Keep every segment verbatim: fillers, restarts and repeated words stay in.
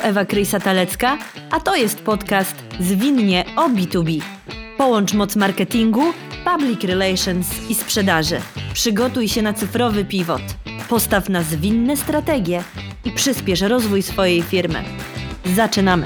Ewa Krysa-Talecka, a to jest podcast Zwinnie o B dwa B. Połącz moc marketingu, public relations i sprzedaży. Przygotuj się na cyfrowy pivot. Postaw na zwinne strategie i przyspiesz rozwój swojej firmy. Zaczynamy!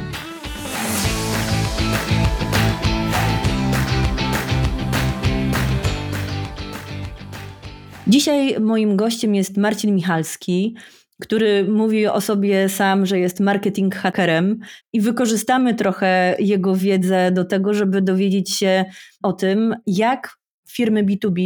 Dzisiaj moim gościem jest Marcin Michalski, który mówi o sobie sam, że jest marketing hackerem, i wykorzystamy trochę jego wiedzę do tego, żeby dowiedzieć się o tym, jak firmy B dwa B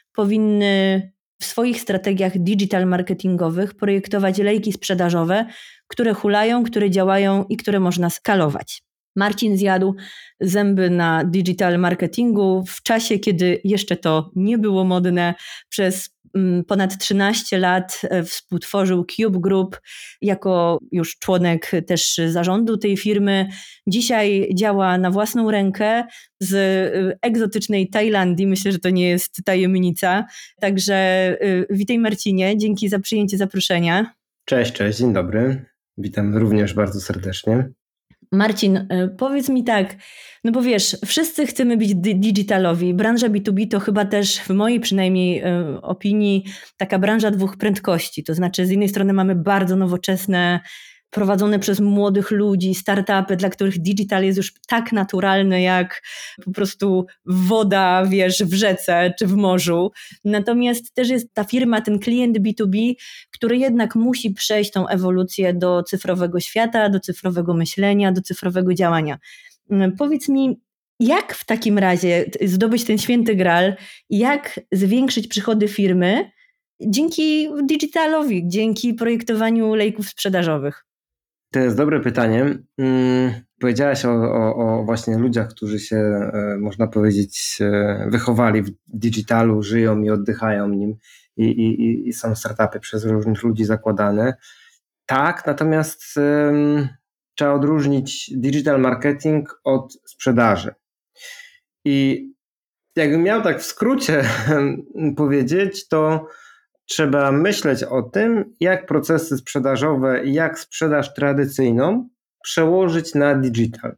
powinny w swoich strategiach digital marketingowych projektować lejki sprzedażowe, które hulają, które działają i które można skalować. Marcin zjadł zęby na digital marketingu w czasie, kiedy jeszcze to nie było modne. Przez ponad trzynaście lat współtworzył Cube Group jako już członek też zarządu tej firmy. Dzisiaj działa na własną rękę z egzotycznej Tajlandii. Myślę, że to nie jest tajemnica. Także witaj, Marcinie, dzięki za przyjęcie zaproszenia. Cześć, cześć, dzień dobry. Witam również bardzo serdecznie. Marcin, powiedz mi tak, no bo wiesz, wszyscy chcemy być digitalowi. Branża B dwa B to chyba też, w mojej przynajmniej opinii, taka branża dwóch prędkości. To znaczy, z jednej strony mamy bardzo nowoczesne, prowadzone przez młodych ludzi startupy, dla których digital jest już tak naturalny jak po prostu woda, wiesz, w rzece czy w morzu. Natomiast też jest ta firma, ten klient B dwa B, który jednak musi przejść tą ewolucję do cyfrowego świata, do cyfrowego myślenia, do cyfrowego działania. Powiedz mi, jak w takim razie zdobyć ten święty gral, jak zwiększyć przychody firmy dzięki digitalowi, dzięki projektowaniu lejków sprzedażowych? To jest dobre pytanie. Hmm, powiedziałaś o, o, o właśnie ludziach, którzy się, e, można powiedzieć, e, wychowali w digitalu, żyją i oddychają nim i, i, i są startupy przez różnych ludzi zakładane. Tak, natomiast e, trzeba odróżnić digital marketing od sprzedaży. I jakbym miał tak w skrócie powiedzieć, to trzeba myśleć o tym, jak procesy sprzedażowe i jak sprzedaż tradycyjną przełożyć na digital.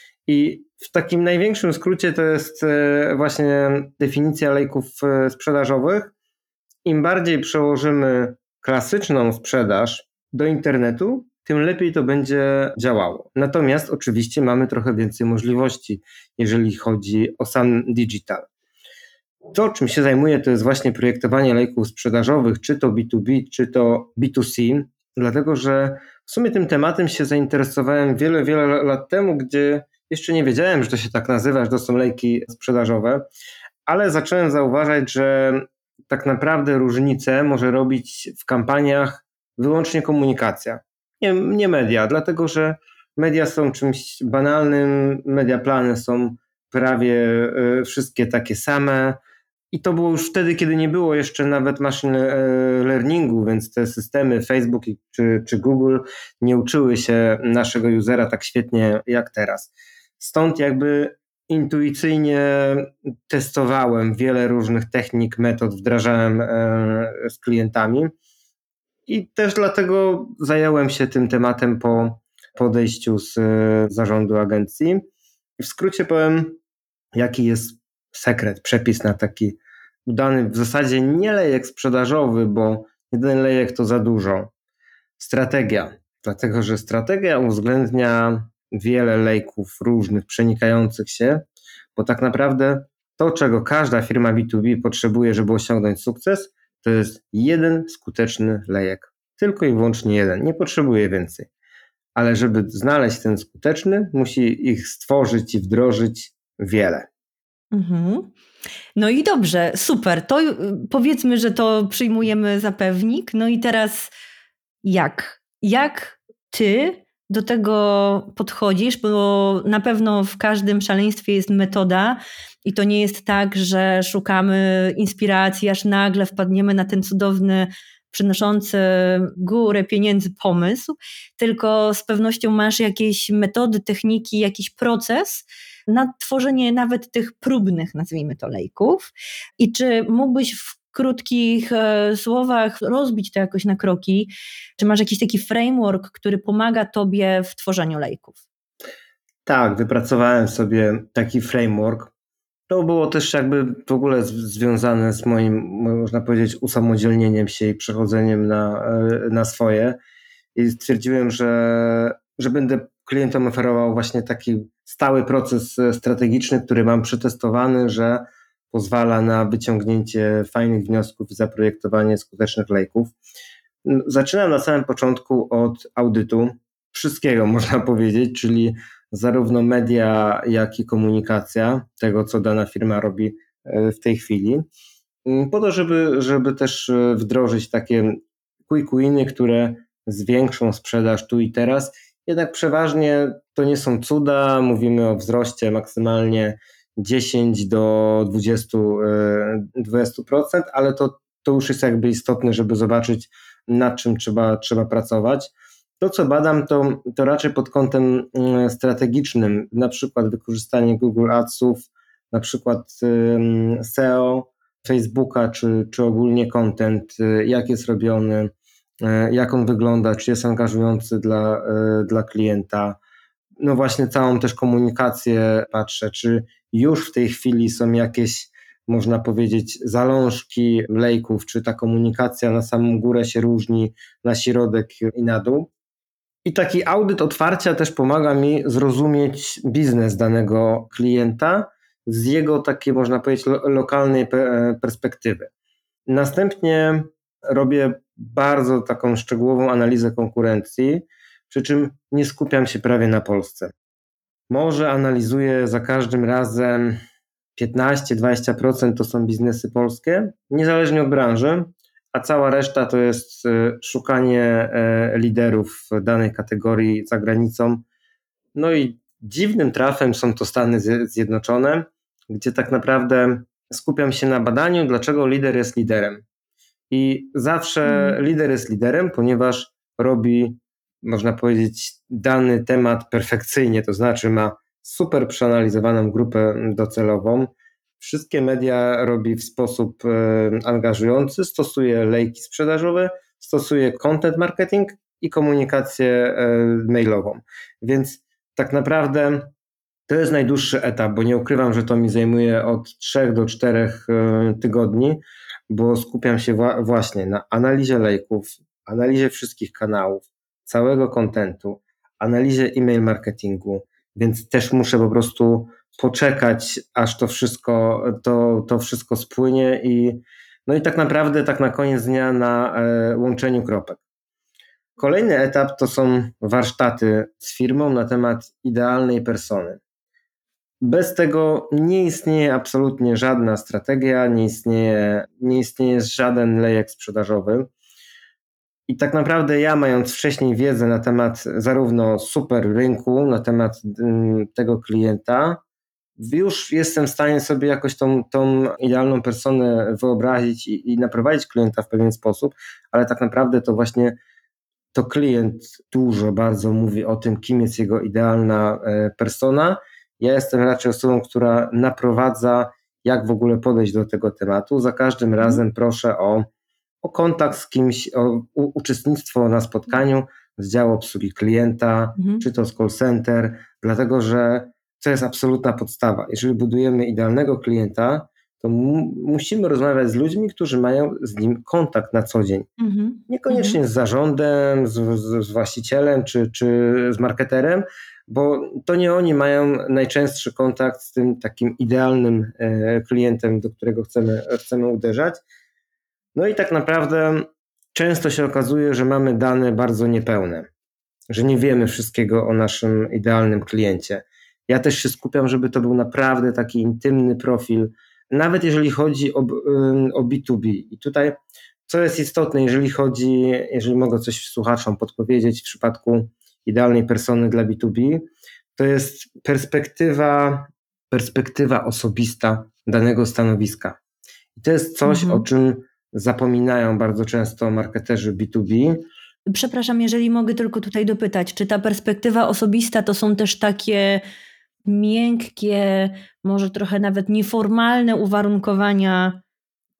I w takim największym skrócie to jest właśnie definicja lejków sprzedażowych. Im bardziej przełożymy klasyczną sprzedaż do internetu, tym lepiej to będzie działało. Natomiast oczywiście mamy trochę więcej możliwości, jeżeli chodzi o sam digital. To, czym się zajmuję, to jest właśnie projektowanie lejków sprzedażowych, czy to B dwa B, czy to B dwa C, dlatego że w sumie tym tematem się zainteresowałem wiele, wiele lat temu, gdzie jeszcze nie wiedziałem, że to się tak nazywa, że to są lejki sprzedażowe, ale zacząłem zauważać, że tak naprawdę różnicę może robić w kampaniach wyłącznie komunikacja, nie, nie media, dlatego że media są czymś banalnym, media plany są prawie y, wszystkie takie same. I to było już wtedy, kiedy nie było jeszcze nawet machine learningu, więc te systemy Facebook czy, czy Google nie uczyły się naszego usera tak świetnie jak teraz. Stąd jakby intuicyjnie testowałem wiele różnych technik, metod, wdrażałem z klientami i też dlatego zająłem się tym tematem po podejściu z zarządu agencji. W skrócie powiem, jaki jest sekret, przepis na taki udany w zasadzie nie lejek sprzedażowy, bo jeden lejek to za dużo. Strategia, dlatego że strategia uwzględnia wiele lejków różnych, przenikających się, bo tak naprawdę to, czego każda firma B dwa B potrzebuje, żeby osiągnąć sukces, to jest jeden skuteczny lejek. Tylko i wyłącznie jeden, nie potrzebuje więcej. Ale żeby znaleźć ten skuteczny, musi ich stworzyć i wdrożyć wiele. Mhm. No i dobrze, super. To powiedzmy, że to przyjmujemy za pewnik. No i teraz jak? Jak ty do tego podchodzisz? Bo na pewno w każdym szaleństwie jest metoda i to nie jest tak, że szukamy inspiracji, aż nagle wpadniemy na ten cudowny, przynoszący górę pieniędzy pomysł, tylko z pewnością masz jakieś metody, techniki, jakiś proces na tworzenie nawet tych próbnych, nazwijmy to, lejków. I czy mógłbyś w krótkich e, słowach rozbić to jakoś na kroki? Czy masz jakiś taki framework, który pomaga tobie w tworzeniu lejków? Tak, wypracowałem sobie taki framework. To było też jakby w ogóle związane z moim, można powiedzieć, usamodzielnieniem się i przechodzeniem na, na swoje. I stwierdziłem, że, że będę klientom oferował właśnie taki stały proces strategiczny, który mam przetestowany, że pozwala na wyciągnięcie fajnych wniosków i zaprojektowanie skutecznych lejków. Zaczynam na samym początku od audytu wszystkiego, można powiedzieć, czyli zarówno media, jak i komunikacja tego, co dana firma robi w tej chwili, po to, żeby, żeby też wdrożyć takie quick winy, które zwiększą sprzedaż tu i teraz. Jednak przeważnie to nie są cuda, mówimy o wzroście maksymalnie dziesięć do dwudziestu procent, ale to, to już jest jakby istotne, żeby zobaczyć, nad czym trzeba, trzeba pracować. To, co badam, to, to raczej pod kątem strategicznym, na przykład wykorzystanie Google Adsów, na przykład S E O, Facebooka, czy, czy ogólnie content, jak jest robiony, jak on wygląda, czy jest angażujący dla, dla klienta. No właśnie całą też komunikację patrzę, czy już w tej chwili są jakieś, można powiedzieć, zalążki lejków, czy ta komunikacja na samą górę się różni, na środek i na dół. I taki audyt otwarcia też pomaga mi zrozumieć biznes danego klienta z jego takiej, można powiedzieć, lo- lokalnej pe- perspektywy. Następnie robię bardzo taką szczegółową analizę konkurencji, przy czym nie skupiam się prawie na Polsce. Może analizuję za każdym razem piętnaście do dwudziestu procent to są biznesy polskie, niezależnie od branży, a cała reszta to jest szukanie liderów w danej kategorii za granicą. No i dziwnym trafem są to Stany Zjednoczone, gdzie tak naprawdę skupiam się na badaniu, dlaczego lider jest liderem. I zawsze hmm. lider jest liderem, ponieważ robi, można powiedzieć, dany temat perfekcyjnie, to znaczy ma super przeanalizowaną grupę docelową, wszystkie media robi w sposób e, angażujący, stosuje lejki sprzedażowe, stosuje content marketing i komunikację e, mailową. Więc tak naprawdę to jest najdłuższy etap, bo nie ukrywam, że to mi zajmuje od trzech do czterech e, tygodni, bo skupiam się wa- właśnie na analizie lejków, analizie wszystkich kanałów, całego kontentu, analizie e-mail marketingu, więc też muszę po prostu poczekać, aż to wszystko, to, to wszystko spłynie i no i tak naprawdę tak na koniec dnia na e, łączeniu kropek. Kolejny etap to są warsztaty z firmą na temat idealnej persony. Bez tego nie istnieje absolutnie żadna strategia, nie istnieje, nie istnieje żaden lejek sprzedażowy. I tak naprawdę ja, mając wcześniej wiedzę na temat zarówno super rynku, na temat tego klienta, już jestem w stanie sobie jakoś tą, tą idealną personę wyobrazić i, i naprowadzić klienta w pewien sposób, ale tak naprawdę to właśnie to klient dużo bardzo mówi o tym, kim jest jego idealna persona. Ja jestem raczej osobą, która naprowadza, jak w ogóle podejść do tego tematu. Za każdym razem proszę o, o kontakt z kimś, o u, uczestnictwo na spotkaniu z działu obsługi klienta, mhm. czy to z call center, dlatego że to jest absolutna podstawa. Jeżeli budujemy idealnego klienta, to mu, musimy rozmawiać z ludźmi, którzy mają z nim kontakt na co dzień. Mhm. Niekoniecznie mhm. z zarządem, z, z, z właścicielem czy, czy z marketerem, bo to nie oni mają najczęstszy kontakt z tym takim idealnym e, klientem, do którego chcemy, chcemy uderzać. No i tak naprawdę często się okazuje, że mamy dane bardzo niepełne, że nie wiemy wszystkiego o naszym idealnym kliencie. Ja też się skupiam, żeby to był naprawdę taki intymny profil, nawet jeżeli chodzi o, o B dwa B. I tutaj, co jest istotne, jeżeli chodzi, jeżeli mogę coś słuchaczom podpowiedzieć w przypadku idealnej persony dla B dwa B, to jest perspektywa, perspektywa osobista danego stanowiska. I to jest coś, mhm. o czym zapominają bardzo często marketerzy B dwa B. Przepraszam, jeżeli mogę tylko tutaj dopytać, czy ta perspektywa osobista to są też takie miękkie, może trochę nawet nieformalne uwarunkowania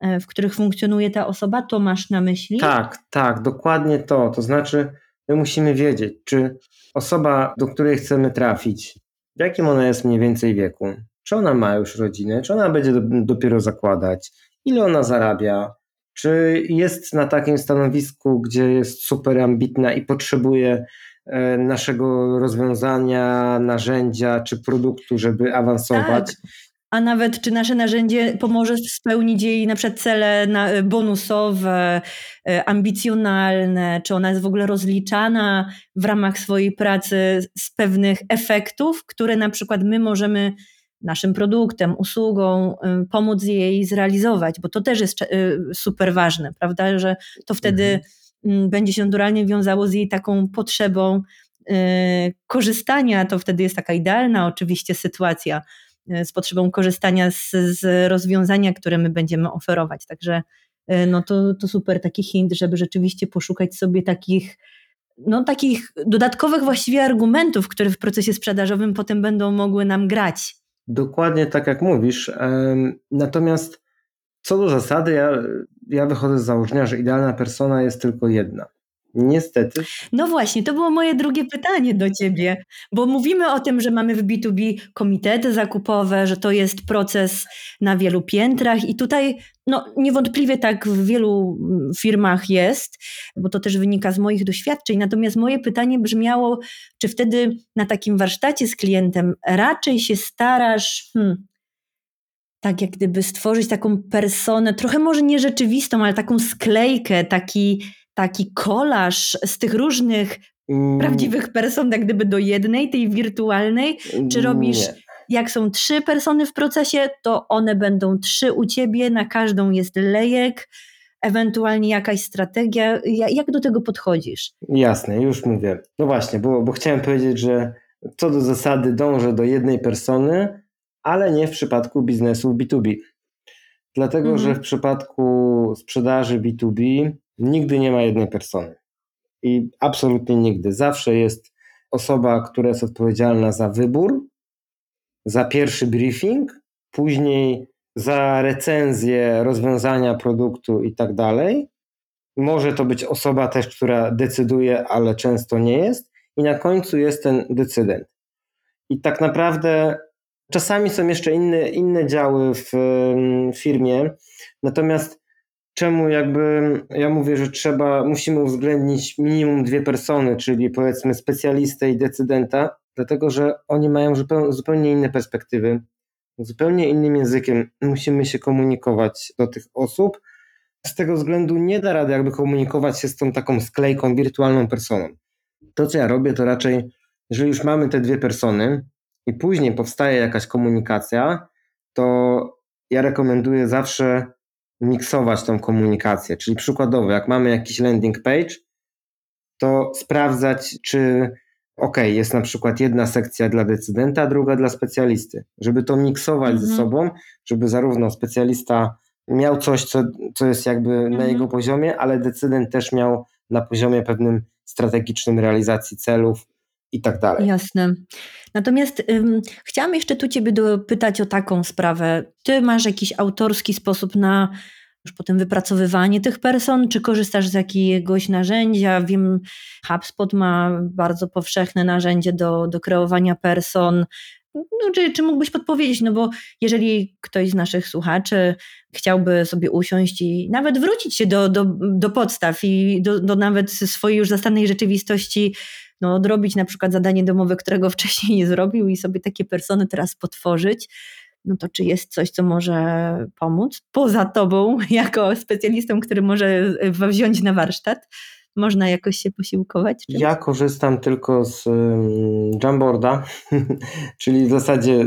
w których funkcjonuje ta osoba, to masz na myśli? Tak, tak, dokładnie to. To znaczy, my musimy wiedzieć, czy osoba, do której chcemy trafić, w jakim ona jest mniej więcej wieku, czy ona ma już rodzinę, czy ona będzie do, dopiero zakładać, ile ona zarabia, czy jest na takim stanowisku, gdzie jest super ambitna i potrzebuje e, naszego rozwiązania, narzędzia czy produktu, żeby awansować. Tak. A nawet czy nasze narzędzie pomoże spełnić jej na przykład cele bonusowe, ambicjonalne, czy ona jest w ogóle rozliczana w ramach swojej pracy z pewnych efektów, które na przykład my możemy naszym produktem, usługą pomóc jej zrealizować, bo to też jest super ważne, prawda, że to wtedy mhm. będzie się naturalnie wiązało z jej taką potrzebą korzystania, to wtedy jest taka idealna oczywiście sytuacja, z potrzebą korzystania z, z rozwiązania, które my będziemy oferować. Także no to, to super taki hint, żeby rzeczywiście poszukać sobie takich, no takich dodatkowych właściwie argumentów, które w procesie sprzedażowym potem będą mogły nam grać. Dokładnie tak jak mówisz. Natomiast co do zasady, ja, ja wychodzę z założenia, że idealna persona jest tylko jedna. Niestety. No właśnie, to było moje drugie pytanie do ciebie, bo mówimy o tym, że mamy w B dwa B komitety zakupowe, że to jest proces na wielu piętrach i tutaj no, niewątpliwie tak w wielu firmach jest, bo to też wynika z moich doświadczeń, natomiast moje pytanie brzmiało, czy wtedy na takim warsztacie z klientem raczej się starasz hmm, tak jak gdyby stworzyć taką personę, trochę może nierzeczywistą, ale taką sklejkę, taki taki kolaż z tych różnych mm. prawdziwych person, jak gdyby do jednej, tej wirtualnej, czy robisz, nie. Jak są trzy persony w procesie, to one będą trzy u ciebie, na każdą jest lejek, ewentualnie jakaś strategia, jak do tego podchodzisz? Jasne, już mówię. No właśnie, bo, bo chciałem powiedzieć, że co do zasady dążę do jednej persony, ale nie w przypadku biznesu B dwa B. Dlatego, mhm. że w przypadku sprzedaży B dwa B nigdy nie ma jednej persony. I absolutnie nigdy. Zawsze jest osoba, która jest odpowiedzialna za wybór, za pierwszy briefing, później za recenzję rozwiązania produktu i tak dalej. Może to być osoba też, która decyduje, ale często nie jest. I na końcu jest ten decydent. I tak naprawdę czasami są jeszcze inne, inne działy w firmie, natomiast czemu jakby ja mówię, że trzeba, musimy uwzględnić minimum dwie persony, czyli powiedzmy specjalistę i decydenta, dlatego że oni mają zupełnie, zupełnie inne perspektywy, zupełnie innym językiem musimy się komunikować do tych osób. Z tego względu nie da rady jakby komunikować się z tą taką sklejką, wirtualną personą. To co ja robię to raczej, jeżeli już mamy te dwie persony i później powstaje jakaś komunikacja, to ja rekomenduję zawsze miksować tą komunikację, czyli przykładowo jak mamy jakiś landing page, to sprawdzać, czy ok, jest na przykład jedna sekcja dla decydenta, druga dla specjalisty, żeby to miksować mhm. ze sobą, żeby zarówno specjalista miał coś, co, co jest jakby mhm. na jego poziomie, ale decydent też miał na poziomie pewnym strategicznym realizacji celów i tak dalej. Jasne. Natomiast ym, chciałam jeszcze tu ciebie dopytać o taką sprawę. Ty masz jakiś autorski sposób na już potem wypracowywanie tych person, czy korzystasz z jakiegoś narzędzia? Wiem, HubSpot ma bardzo powszechne narzędzie do, do kreowania person. No, czy, czy mógłbyś podpowiedzieć, no bo jeżeli ktoś z naszych słuchaczy chciałby sobie usiąść i nawet wrócić się do, do, do podstaw i do, do nawet swojej już zastanej rzeczywistości, no odrobić na przykład zadanie domowe, którego wcześniej nie zrobił i sobie takie persony teraz potworzyć, no to czy jest coś, co może pomóc poza tobą jako specjalistą, który może wziąć na warsztat? Można jakoś się posiłkować? Czymś? Ja korzystam tylko z Jamboarda, czyli w zasadzie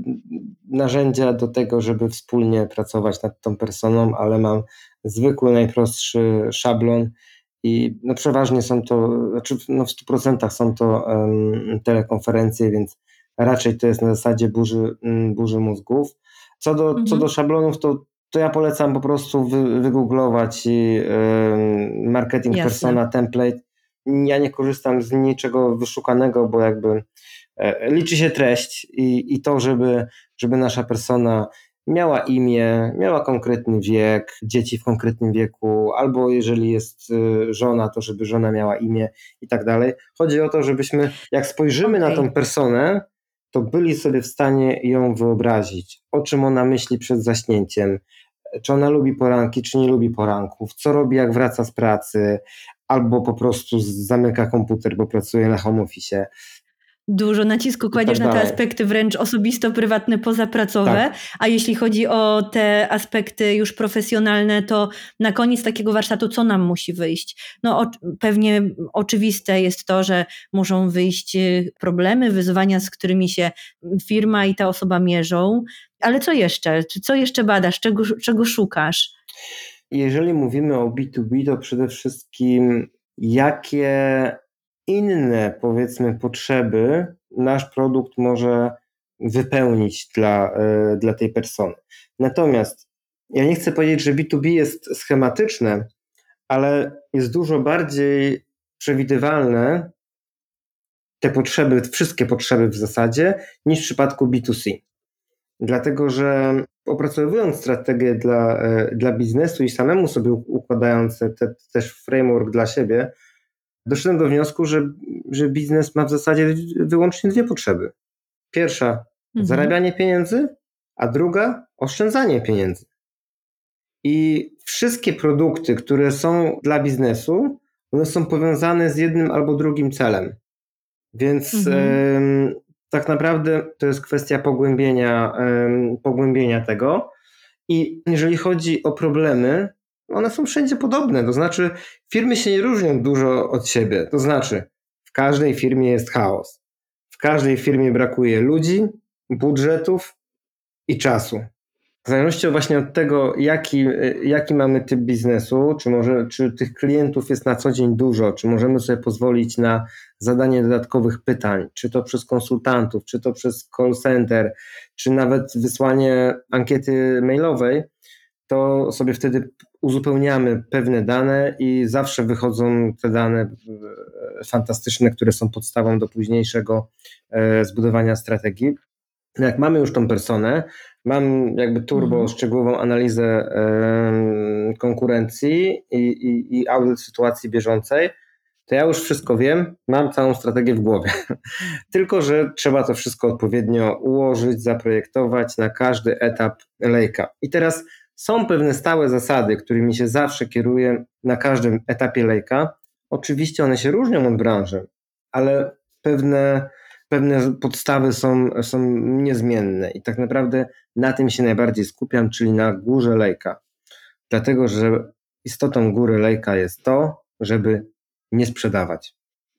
narzędzia do tego, żeby wspólnie pracować nad tą personą, ale mam zwykły, najprostszy szablon i no przeważnie są to, znaczy no w stu procentach są to um, telekonferencje, więc raczej to jest na zasadzie burzy, burzy mózgów. Co do, mhm. co do szablonów, to to ja polecam po prostu wy, wygooglować yy, marketing Jasne. persona template. Ja nie korzystam z niczego wyszukanego, bo jakby e, liczy się treść i, i to, żeby, żeby nasza persona miała imię, miała konkretny wiek, dzieci w konkretnym wieku, albo jeżeli jest żona, to żeby żona miała imię i tak dalej. Chodzi o to, żebyśmy, jak spojrzymy okay. na tą personę, to byli sobie w stanie ją wyobrazić, o czym ona myśli przed zaśnięciem, czy ona lubi poranki, czy nie lubi poranków, co robi, jak wraca z pracy, albo po prostu zamyka komputer, bo pracuje na home office. Dużo nacisku kładziesz tak na te aspekty wręcz osobisto-prywatne, pozapracowe, tak. A jeśli chodzi o te aspekty już profesjonalne, to na koniec takiego warsztatu co nam musi wyjść? No o, pewnie oczywiste jest to, że muszą wyjść problemy, wyzwania, z którymi się firma i ta osoba mierzą, ale co jeszcze? Co jeszcze badasz? Czego, czego szukasz? Jeżeli mówimy o B dwa B, to przede wszystkim jakie inne, powiedzmy, potrzeby nasz produkt może wypełnić dla, dla tej persony. Natomiast ja nie chcę powiedzieć, że B dwa B jest schematyczne, ale jest dużo bardziej przewidywalne te potrzeby, wszystkie potrzeby w zasadzie, niż w przypadku B dwa C. Dlatego, że opracowując strategię dla, dla biznesu i samemu sobie układając te, też framework dla siebie, doszedłem do wniosku, że, że biznes ma w zasadzie wyłącznie dwie potrzeby. Pierwsza, mhm. zarabianie pieniędzy, a druga, oszczędzanie pieniędzy. I wszystkie produkty, które są dla biznesu, one są powiązane z jednym albo drugim celem. Więc mhm. y, tak naprawdę to jest kwestia pogłębienia, y, pogłębienia tego. I jeżeli chodzi o problemy, one są wszędzie podobne, to znaczy firmy się nie różnią dużo od siebie, to znaczy w każdej firmie jest chaos, w każdej firmie brakuje ludzi, budżetów i czasu. W zależności właśnie od tego, jaki, jaki mamy typ biznesu, czy, może, czy tych klientów jest na co dzień dużo, czy możemy sobie pozwolić na zadanie dodatkowych pytań, czy to przez konsultantów, czy to przez call center, czy nawet wysłanie ankiety mailowej, to sobie wtedy uzupełniamy pewne dane i zawsze wychodzą te dane fantastyczne, które są podstawą do późniejszego zbudowania strategii. Jak mamy już tą personę, mam jakby turbo mhm. szczegółową analizę konkurencji i, i, i audyt sytuacji bieżącej, to ja już wszystko wiem, mam całą strategię w głowie. Tylko że trzeba to wszystko odpowiednio ułożyć, zaprojektować na każdy etap lejka. I teraz są pewne stałe zasady, którymi się zawsze kieruję na każdym etapie lejka. Oczywiście one się różnią od branży, ale pewne, pewne podstawy są, są niezmienne i tak naprawdę na tym się najbardziej skupiam, czyli na górze lejka. Dlatego, że istotą góry lejka jest to, żeby nie sprzedawać.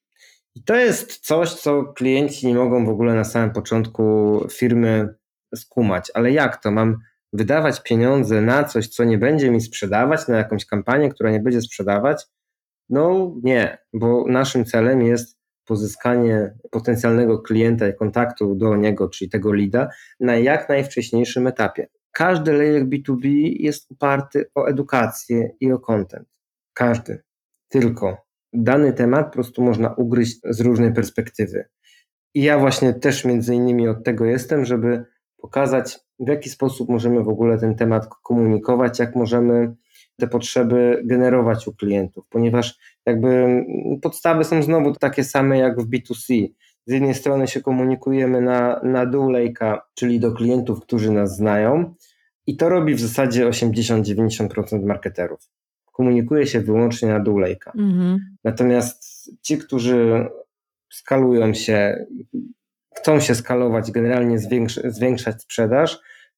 I to jest coś, co klienci nie mogą w ogóle na samym początku firmy skumać. Ale jak to? Mam wydawać pieniądze na coś, co nie będzie mi sprzedawać, na jakąś kampanię, która nie będzie sprzedawać? No nie, bo naszym celem jest pozyskanie potencjalnego klienta i kontaktu do niego, czyli tego leada, na jak najwcześniejszym etapie. Każdy lejek B dwa B jest oparty o edukację i o content. Każdy. Tylko dany temat po prostu można ugryźć z różnej perspektywy. I ja właśnie też między innymi od tego jestem, żeby pokazać, w jaki sposób możemy w ogóle ten temat komunikować, jak możemy te potrzeby generować u klientów, ponieważ jakby podstawy są znowu takie same jak w B dwa C. Z jednej strony się komunikujemy na, na dół lejka, czyli do klientów, którzy nas znają i to robi w zasadzie osiemdziesiąt do dziewięćdziesięciu procent marketerów. Komunikuje się wyłącznie na dół lejka. Mhm. Natomiast ci, którzy skalują się, chcą się skalować, generalnie zwiększ, zwiększać sprzedaż,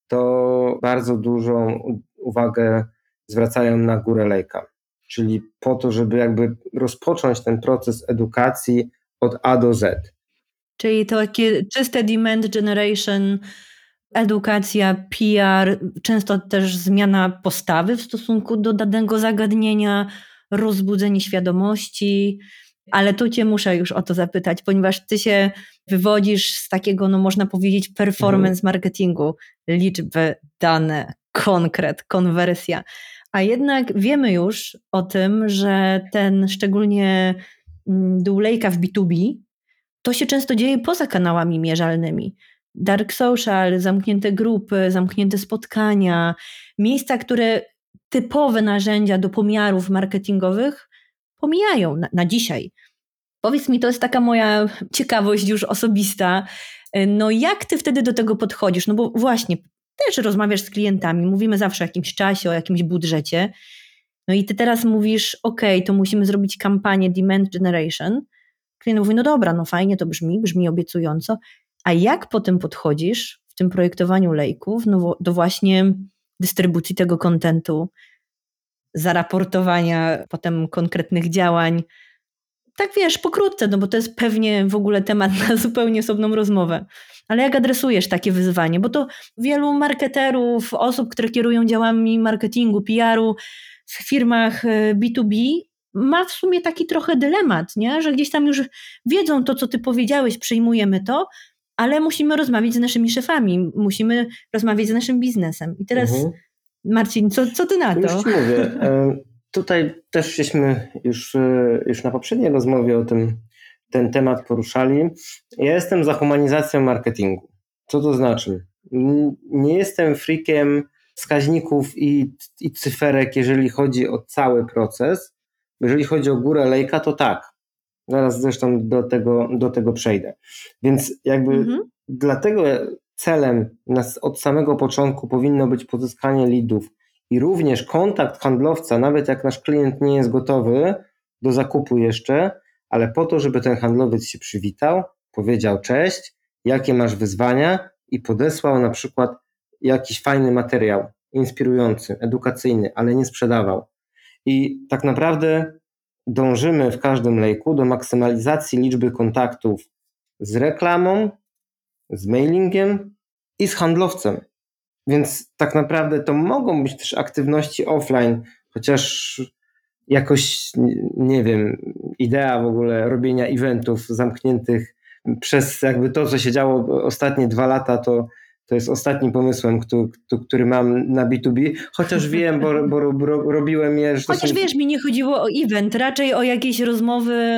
to bardzo dużą uwagę zwracają na górę lejka. Czyli po to, żeby jakby rozpocząć ten proces edukacji od A do Z. Czyli to takie czyste demand generation, edukacja, P R, często też zmiana postawy w stosunku do danego zagadnienia, rozbudzenie świadomości, ale tu cię muszę już o to zapytać, ponieważ ty się wywodzisz z takiego, no można powiedzieć, performance marketingu, liczby, dane, konkret, konwersja, a jednak wiemy już o tym, że ten szczególnie dół lejka w B dwa B to się często dzieje poza kanałami mierzalnymi. dark social, zamknięte grupy, zamknięte spotkania, miejsca, które typowe narzędzia do pomiarów marketingowych pomijają na, na dzisiaj. Powiedz mi, to jest taka moja ciekawość już osobista, no jak ty wtedy do tego podchodzisz? No bo właśnie, też rozmawiasz z klientami, mówimy zawsze o jakimś czasie, o jakimś budżecie, no i ty teraz mówisz, ok, to musimy zrobić kampanię demand generation. Klient mówi, no dobra, no fajnie to brzmi, brzmi obiecująco, a jak potem podchodzisz w tym projektowaniu lejków no, do właśnie dystrybucji tego kontentu, zaraportowania potem konkretnych działań, tak wiesz, pokrótce, no bo to jest pewnie w ogóle temat na zupełnie osobną rozmowę. Ale jak adresujesz takie wyzwanie? Bo to wielu marketerów, osób, które kierują działami marketingu, P R-u w firmach B dwa B ma w sumie taki trochę dylemat, nie? Że gdzieś tam już wiedzą to, co ty powiedziałeś, przyjmujemy to, ale musimy rozmawiać z naszymi szefami, musimy rozmawiać z naszym biznesem. I teraz mhm. Marcin, co, co ty na to? Już ci mówię. Tutaj też żeśmy już, już na poprzedniej rozmowie o tym ten temat poruszali. Ja jestem za humanizacją marketingu. Co to znaczy? Nie jestem freakiem wskaźników i, i cyferek, jeżeli chodzi o cały proces. Jeżeli chodzi o górę lejka, to tak. Zaraz zresztą do tego, do tego przejdę. Więc jakby mhm. dlatego celem nas od samego początku powinno być pozyskanie leadów i również kontakt handlowca, nawet jak nasz klient nie jest gotowy do zakupu jeszcze, ale po to, żeby ten handlowiec się przywitał, powiedział cześć, jakie masz wyzwania i podesłał na przykład jakiś fajny materiał, inspirujący, edukacyjny, ale nie sprzedawał. I tak naprawdę dążymy w każdym lejku do maksymalizacji liczby kontaktów z reklamą, z mailingiem i z handlowcem. Więc tak naprawdę to mogą być też aktywności offline, chociaż jakoś, nie wiem, idea w ogóle robienia eventów zamkniętych przez jakby to, co się działo ostatnie dwa lata, to, to jest ostatnim pomysłem, który, który mam na B dwa B, chociaż wiem, bo, bo, bo robiłem je... Chociaż są... wiesz, mi nie chodziło o event, raczej o jakieś rozmowy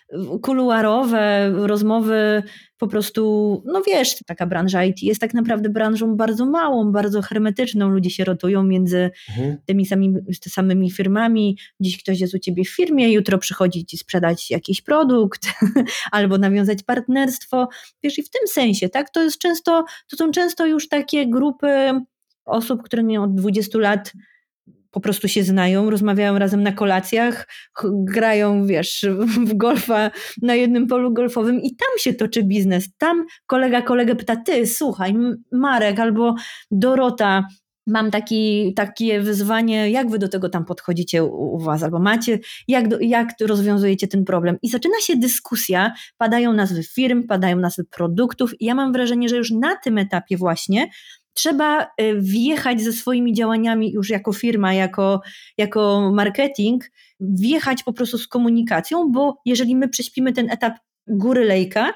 kuluarowe, rozmowy po prostu, no wiesz, taka branża I T jest tak naprawdę branżą bardzo małą, bardzo hermetyczną, ludzie się rotują między mhm. tymi samymi, samymi firmami, dziś ktoś jest u ciebie w firmie, jutro przychodzi ci sprzedać jakiś produkt albo nawiązać partnerstwo, wiesz, i w tym sensie, tak, to jest często, to są często już takie grupy osób, które nie od dwudziestu lat po prostu się znają, rozmawiają razem na kolacjach, grają, wiesz, w golfa na jednym polu golfowym i tam się toczy biznes. Tam kolega kolegę pyta, ty, słuchaj, Marek albo Dorota, mam taki, takie wyzwanie, jak wy do tego tam podchodzicie u, u was, albo macie, jak, do, jak rozwiązujecie ten problem. I zaczyna się dyskusja, padają nazwy firm, padają nazwy produktów i ja mam wrażenie, że już na tym etapie właśnie trzeba wjechać ze swoimi działaniami już jako firma, jako, jako marketing, wjechać po prostu z komunikacją, bo jeżeli my prześpimy ten etap góry lejka,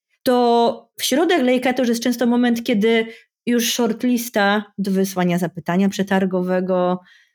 to w środek lejka to już jest często moment, kiedy już shortlista do wysłania zapytania przetargowego,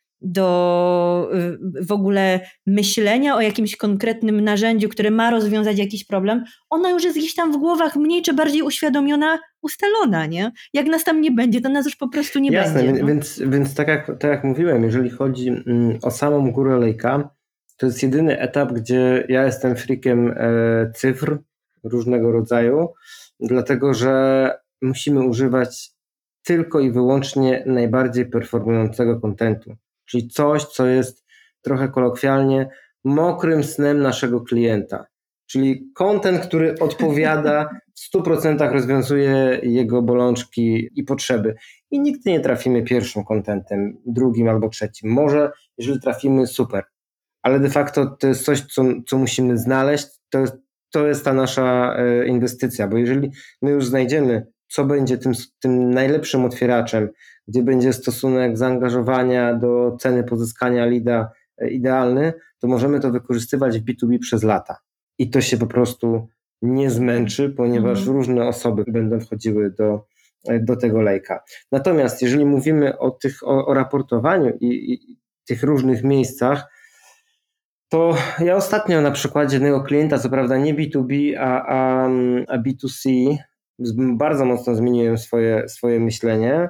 do w ogóle myślenia o jakimś konkretnym narzędziu, które ma rozwiązać jakiś problem, ona już jest gdzieś tam w głowach mniej czy bardziej uświadomiona, ustalona, nie? Jak nas tam nie będzie, to nas już po prostu nie Jasne, będzie. Jasne, no. więc, więc tak, jak, tak jak mówiłem, jeżeli chodzi o samą górę lejka, to jest jedyny etap, gdzie ja jestem freakiem e, cyfr różnego rodzaju, dlatego że musimy używać tylko i wyłącznie najbardziej performującego kontentu. Czyli coś, co jest trochę kolokwialnie mokrym snem naszego klienta. Czyli content, który odpowiada, w stu procentach rozwiązuje jego bolączki i potrzeby. I nigdy nie trafimy pierwszym contentem, drugim albo trzecim. Może, jeżeli trafimy, super. Ale de facto to jest coś, co, co musimy znaleźć. To jest, to jest ta nasza e, inwestycja, bo jeżeli my już znajdziemy, co będzie tym, tym najlepszym otwieraczem, gdzie będzie stosunek zaangażowania do ceny pozyskania leada idealny, to możemy to wykorzystywać w B dwa B przez lata. I to się po prostu nie zmęczy, ponieważ mhm. różne osoby będą wchodziły do, do tego lejka. Natomiast jeżeli mówimy o, tych, o, o raportowaniu i, i tych różnych miejscach, to ja ostatnio na przykładzie jednego klienta, co prawda nie B dwa B, a, a, a B dwa C, bardzo mocno zmieniłem swoje, swoje myślenie,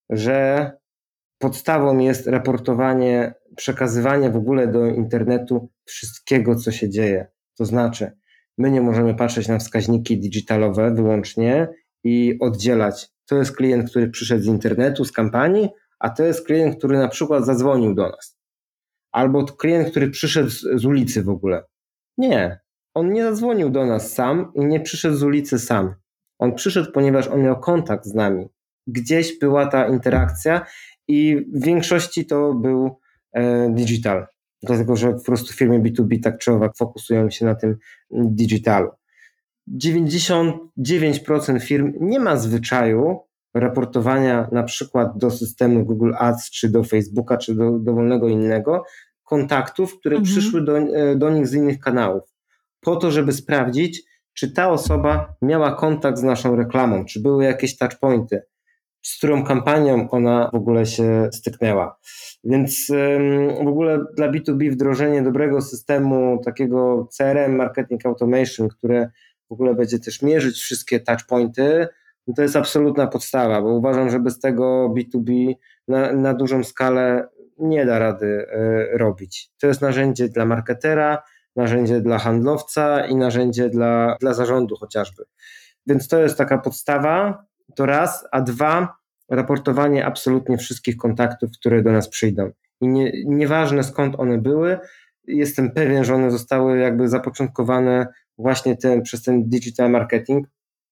że podstawą jest raportowanie, przekazywanie w ogóle do internetu wszystkiego, co się dzieje. To znaczy, my nie możemy patrzeć na wskaźniki digitalowe wyłącznie i oddzielać. To jest klient, który przyszedł z internetu, z kampanii, a to jest klient, który na przykład zadzwonił do nas. Albo klient, który przyszedł z, z ulicy w ogóle. Nie, on nie zadzwonił do nas sam i nie przyszedł z ulicy sam. On przyszedł, ponieważ on miał kontakt z nami. Gdzieś była ta interakcja i w większości to był e, digital. Dlatego, że po prostu firmy B dwa B tak czy owak fokusują się na tym digitalu. dziewięćdziesiąt dziewięć procent firm nie ma zwyczaju raportowania na przykład do systemu Google Ads, czy do Facebooka, czy do dowolnego innego kontaktów, które mhm. przyszły do, do nich z innych kanałów. Po to, żeby sprawdzić, czy ta osoba miała kontakt z naszą reklamą, czy były jakieś touchpointy, z którą kampanią ona w ogóle się styknęła. Więc w ogóle dla B dwa B wdrożenie dobrego systemu takiego C R M, Marketing Automation, które w ogóle będzie też mierzyć wszystkie touchpointy, no to jest absolutna podstawa, bo uważam, że bez tego B dwa B na, na dużą skalę nie da rady y, robić. To jest narzędzie dla marketera, narzędzie dla handlowca i narzędzie dla, dla zarządu chociażby. Więc to jest taka podstawa, to raz, a dwa, raportowanie absolutnie wszystkich kontaktów, które do nas przyjdą. I nie, nieważne skąd one były, jestem pewien, że one zostały jakby zapoczątkowane właśnie ten, przez ten digital marketing.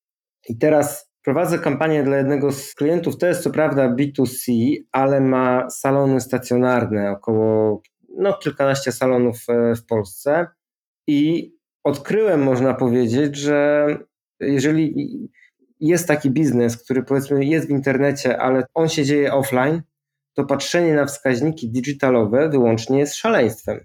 I teraz prowadzę kampanię dla jednego z klientów, to jest co prawda B dwa C, ale ma salony stacjonarne, około no, kilkanaście salonów w Polsce i odkryłem, można powiedzieć, że jeżeli jest taki biznes, który powiedzmy jest w internecie, ale on się dzieje offline, to patrzenie na wskaźniki digitalowe wyłącznie jest szaleństwem.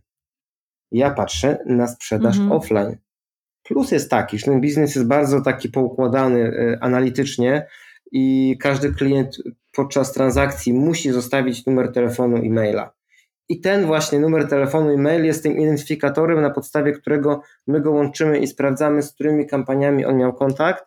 Ja patrzę na sprzedaż mhm. offline. Plus jest taki, że ten biznes jest bardzo taki poukładany y, analitycznie i każdy klient podczas transakcji musi zostawić numer telefonu i maila. I ten właśnie numer telefonu i mail jest tym identyfikatorem, na podstawie którego my go łączymy i sprawdzamy, z którymi kampaniami on miał kontakt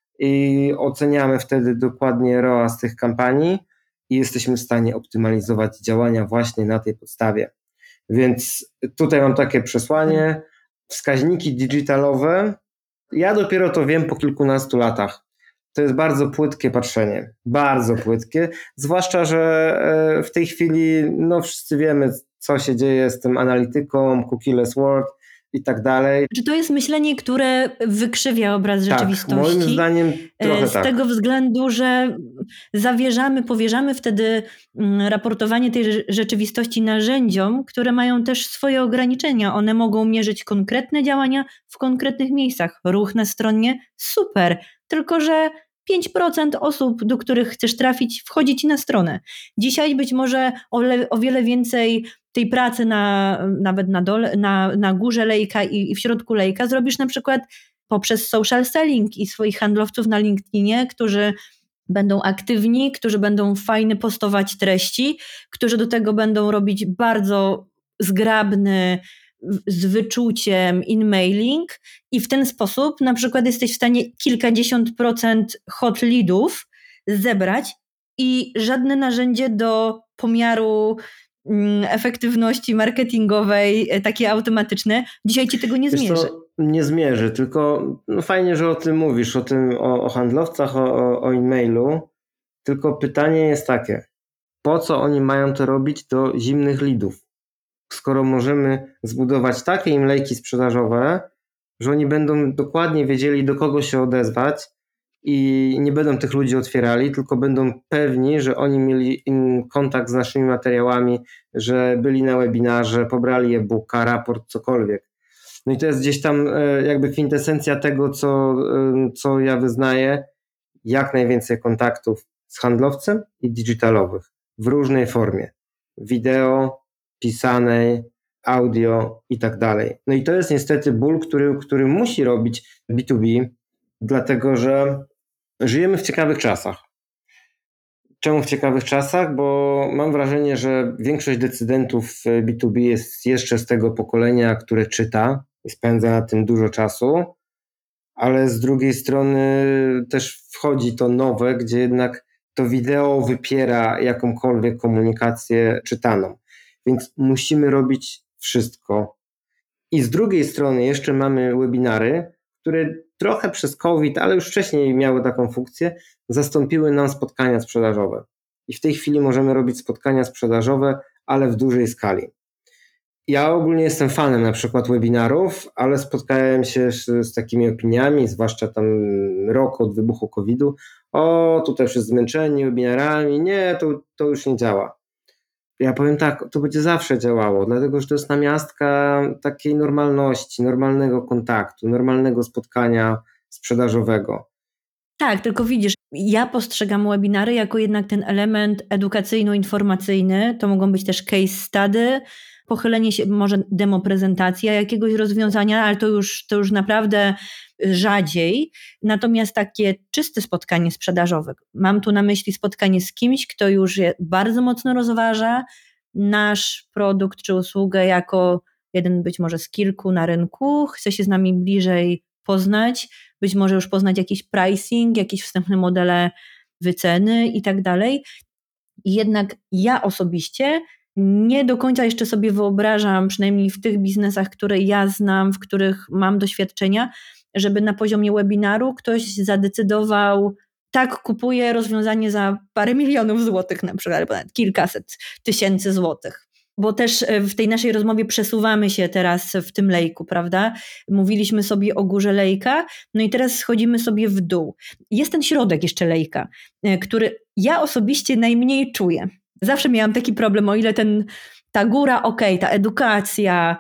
i oceniamy wtedy dokładnie R O A z tych kampanii i jesteśmy w stanie optymalizować działania właśnie na tej podstawie. Więc tutaj mam takie przesłanie. Wskaźniki digitalowe, ja dopiero to wiem po kilkunastu latach. To jest bardzo płytkie patrzenie, bardzo płytkie, zwłaszcza, że w tej chwili no wszyscy wiemy, co się dzieje z tym analityką, cookieless world i tak dalej. Czy to jest myślenie, które wykrzywia obraz tak, rzeczywistości? Moim zdaniem trochę Z tak. tego względu, że zawierzamy, powierzamy wtedy raportowanie tej rzeczywistości narzędziom, które mają też swoje ograniczenia. One mogą mierzyć konkretne działania w konkretnych miejscach. Ruch na stronie, super, tylko że pięć procent osób, do których chcesz trafić, wchodzi ci na stronę. Dzisiaj być może o, le, o wiele więcej tej pracy na, nawet na, dole, na, na górze lejka i, i w środku lejka zrobisz na przykład poprzez social selling i swoich handlowców na LinkedInie, którzy będą aktywni, którzy będą fajnie postować treści, którzy do tego będą robić bardzo zgrabny, z wyczuciem in-mailing i w ten sposób na przykład jesteś w stanie kilkadziesiąt procent hot leadów zebrać i żadne narzędzie do pomiaru efektywności marketingowej, takie automatyczne, dzisiaj ci tego nie Wiesz zmierzy. Co, nie zmierzy, tylko no fajnie, że o tym mówisz, o tym, o, o handlowcach, o, o, o e-mailu, tylko pytanie jest takie, po co oni mają to robić do zimnych leadów? Skoro możemy zbudować takie im lejki sprzedażowe, że oni będą dokładnie wiedzieli, do kogo się odezwać i nie będą tych ludzi otwierali, tylko będą pewni, że oni mieli kontakt z naszymi materiałami, że byli na webinarze, pobrali e-booka, raport, cokolwiek. No i to jest gdzieś tam jakby kwintesencja tego, co, co ja wyznaję, jak najwięcej kontaktów z handlowcem i digitalowych w różnej formie. Wideo, pisanej, audio i tak dalej. No i to jest niestety ból, który, który musi robić B dwa B, dlatego że żyjemy w ciekawych czasach. Czemu w ciekawych czasach? Bo mam wrażenie, że większość decydentów B dwa B jest jeszcze z tego pokolenia, które czyta i spędza na tym dużo czasu, ale z drugiej strony też wchodzi to nowe, gdzie jednak to wideo wypiera jakąkolwiek komunikację czytaną. Więc musimy robić wszystko. I z drugiej strony jeszcze mamy webinary, które trochę przez COVID, ale już wcześniej miały taką funkcję, zastąpiły nam spotkania sprzedażowe. I w tej chwili możemy robić spotkania sprzedażowe, ale w dużej skali. Ja ogólnie jestem fanem na przykład webinarów, ale spotkałem się z, z takimi opiniami, zwłaszcza tam rok od wybuchu kowida. O, tutaj wszyscy zmęczeni webinarami, nie, to, to już nie działa. Ja powiem tak, to będzie zawsze działało, dlatego że to jest namiastka takiej normalności, normalnego kontaktu, normalnego spotkania sprzedażowego. Tak, tylko widzisz, ja postrzegam webinary jako jednak ten element edukacyjno-informacyjny, to mogą być też case study, pochylenie się, może demo prezentacja jakiegoś rozwiązania, ale to już, to już naprawdę rzadziej. Natomiast takie czyste spotkanie sprzedażowe, mam tu na myśli spotkanie z kimś, kto już je bardzo mocno rozważa nasz produkt czy usługę jako jeden być może z kilku na rynku, chce się z nami bliżej poznać, być może już poznać jakiś pricing, jakieś wstępne modele wyceny i tak dalej. I jednak ja osobiście nie do końca jeszcze sobie wyobrażam, przynajmniej w tych biznesach, które ja znam, w których mam doświadczenia, żeby na poziomie webinaru ktoś zadecydował, tak, kupuję rozwiązanie za parę milionów złotych na przykład, albo nawet kilkaset tysięcy złotych. Bo też w tej naszej rozmowie przesuwamy się teraz w tym lejku, prawda? Mówiliśmy sobie o górze lejka, no i teraz schodzimy sobie w dół. Jest ten środek jeszcze lejka, który ja osobiście najmniej czuję. Zawsze miałam taki problem, o ile ten, ta góra, okej, okay, ta edukacja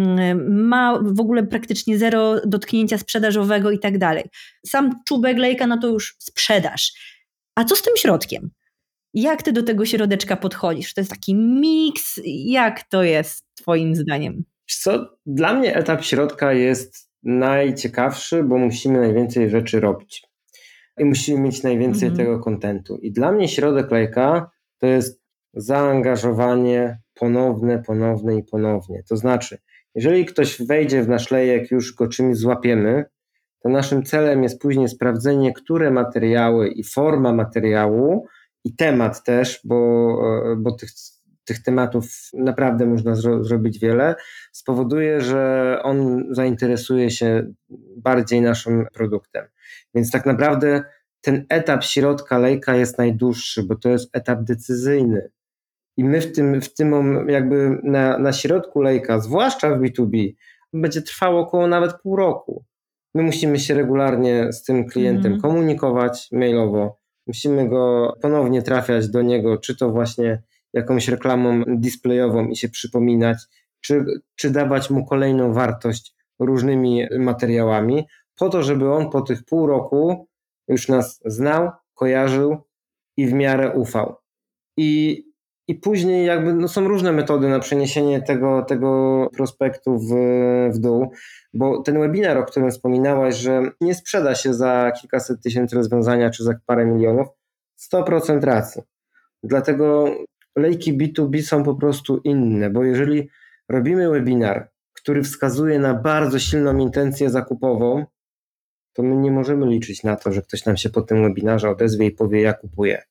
ma w ogóle praktycznie zero dotknięcia sprzedażowego i tak dalej. Sam czubek lejka, no to już sprzedaż. A co z tym środkiem? Jak ty do tego środeczka podchodzisz? To jest taki miks? Jak to jest twoim zdaniem? Co? Dla mnie etap środka jest najciekawszy, bo musimy najwięcej rzeczy robić. I musimy mieć najwięcej mhm. tego kontentu. I dla mnie środek lejka to jest zaangażowanie ponowne, ponowne i ponownie. To znaczy, jeżeli ktoś wejdzie w nasz lejek, już go czymś złapiemy, to naszym celem jest później sprawdzenie, które materiały i forma materiału i temat też, bo, bo tych, tych tematów naprawdę można zro, zrobić wiele, spowoduje, że on zainteresuje się bardziej naszym produktem. Więc tak naprawdę ten etap środka lejka jest najdłuższy, bo to jest etap decyzyjny. I my w tym, w tym jakby na, na środku lejka, zwłaszcza w B dwa B, będzie trwało około nawet pół roku. My musimy się regularnie z tym klientem mm. komunikować mailowo, musimy go ponownie trafiać do niego, czy to właśnie jakąś reklamą displayową i się przypominać, czy, czy dawać mu kolejną wartość różnymi materiałami, po to, żeby on po tych pół roku już nas znał, kojarzył i w miarę ufał. I, i później jakby no są różne metody na przeniesienie tego, tego prospektu w, w dół, bo ten webinar, o którym wspominałaś, że nie sprzeda się za kilkaset tysięcy rozwiązania czy za parę milionów, sto procent racji. Dlatego lejki B dwa B są po prostu inne, bo jeżeli robimy webinar, który wskazuje na bardzo silną intencję zakupową, to my nie możemy liczyć na to, że ktoś nam się po tym webinarze odezwie i powie, ja kupuję.